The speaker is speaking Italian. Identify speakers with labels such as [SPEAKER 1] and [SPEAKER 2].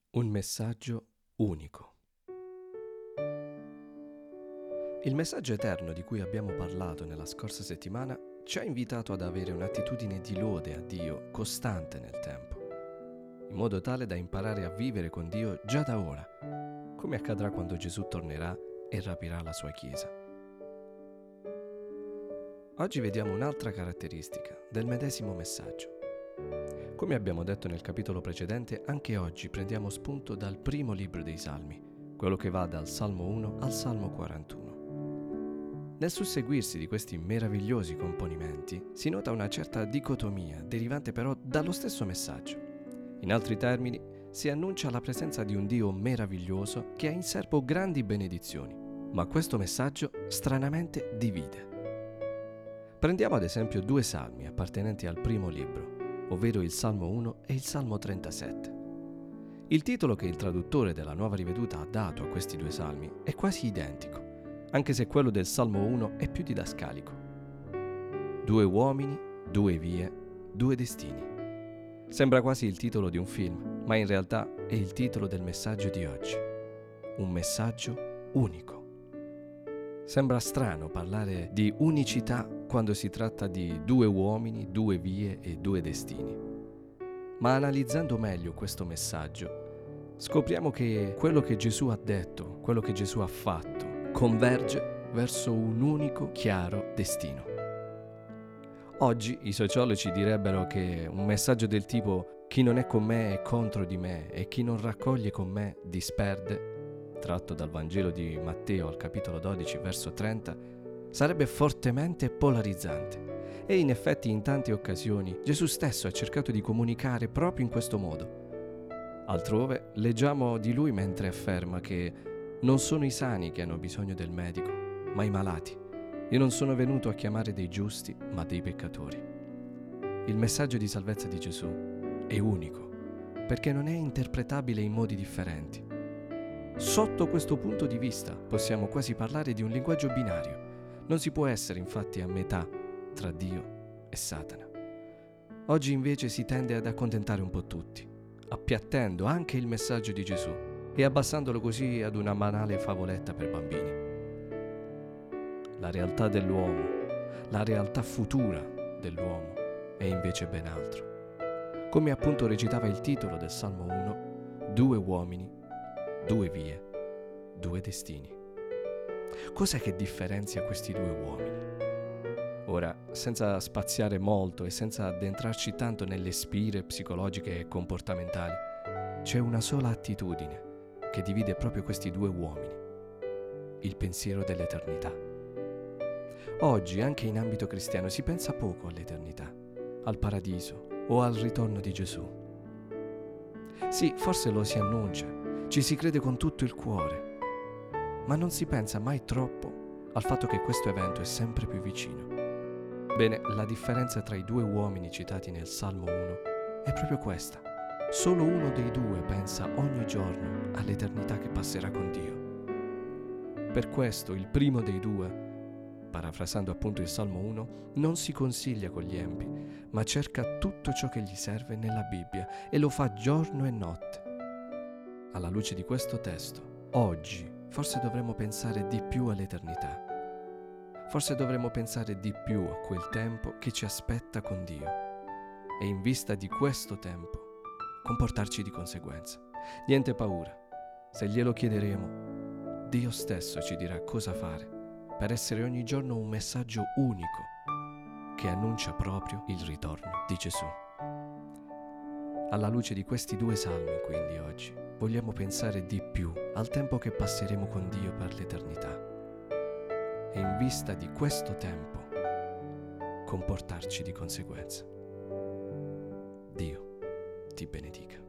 [SPEAKER 1] Un messaggio unico. Il messaggio eterno di cui abbiamo parlato nella scorsa settimana ci ha invitato ad avere un'attitudine di lode a Dio costante nel tempo, in modo tale da imparare a vivere con Dio già da ora, come accadrà quando Gesù tornerà e rapirà la sua Chiesa. Oggi vediamo un'altra caratteristica del medesimo messaggio. Come abbiamo detto nel capitolo precedente, anche oggi prendiamo spunto dal primo libro dei Salmi, quello che va dal Salmo 1 al Salmo 41. Nel susseguirsi di questi meravigliosi componimenti si nota una certa dicotomia derivante però dallo stesso messaggio. In altri termini, si annuncia la presenza di un Dio meraviglioso che ha in serbo grandi benedizioni, ma questo messaggio stranamente divide. Prendiamo ad esempio due salmi appartenenti al primo libro, ovvero il Salmo 1 e il Salmo 37. Il titolo che il traduttore della Nuova Riveduta ha dato a questi due salmi è quasi identico, anche se quello del Salmo 1 è più didascalico. Due uomini, due vie, due destini. Sembra quasi il titolo di un film, ma in realtà è il titolo del messaggio di oggi. Un messaggio unico. Sembra strano parlare di unicità quando si tratta di due uomini, due vie e due destini. Ma analizzando meglio questo messaggio, scopriamo che quello che Gesù ha detto, quello che Gesù ha fatto, converge verso un unico, chiaro destino. Oggi i sociologi direbbero che un messaggio del tipo "chi non è con me è contro di me e chi non raccoglie con me disperde", tratto dal Vangelo di Matteo al capitolo 12 verso 30, sarebbe fortemente polarizzante. E in effetti in tante occasioni Gesù stesso ha cercato di comunicare proprio in questo modo. Altrove leggiamo di lui mentre afferma che non sono i sani che hanno bisogno del medico, ma i malati. Io non sono venuto a chiamare dei giusti, ma dei peccatori. Il messaggio di salvezza di Gesù è unico, perché non è interpretabile in modi differenti. Sotto questo punto di vista possiamo quasi parlare di un linguaggio binario. Non si può essere infatti a metà tra Dio e Satana. Oggi invece si tende ad accontentare un po' tutti, appiattendo anche il messaggio di Gesù e abbassandolo così ad una banale favoletta per bambini. La realtà dell'uomo, la realtà futura dell'uomo è invece ben altro. Come appunto recitava il titolo del Salmo 1, due uomini, due vie, due destini. Cos'è che differenzia questi due uomini? Ora, senza spaziare molto e senza addentrarci tanto nelle spire psicologiche e comportamentali, c'è una sola attitudine che divide proprio questi due uomini: il pensiero dell'eternità. Oggi, anche in ambito cristiano, si pensa poco all'eternità, al paradiso o al ritorno di Gesù. Sì, forse lo si annuncia, ci si crede con tutto il cuore, ma non si pensa mai troppo al fatto che questo evento è sempre più vicino. Bene, la differenza tra i due uomini citati nel Salmo 1 è proprio questa. Solo uno dei due pensa ogni giorno all'eternità che passerà con Dio. Per questo il primo dei due, parafrasando appunto il Salmo 1, non si consiglia con gli empi, ma cerca tutto ciò che gli serve nella Bibbia e lo fa giorno e notte. Alla luce di questo testo, oggi forse dovremmo pensare di più all'eternità. Forse dovremmo pensare di più a quel tempo che ci aspetta con Dio e in vista di questo tempo comportarci di conseguenza. Niente paura, se glielo chiederemo, Dio stesso ci dirà cosa fare per essere ogni giorno un messaggio unico che annuncia proprio il ritorno di Gesù. Alla luce di questi due salmi, quindi oggi, vogliamo pensare di più al tempo che passeremo con Dio per l'eternità e in vista di questo tempo comportarci di conseguenza. Dio ti benedica.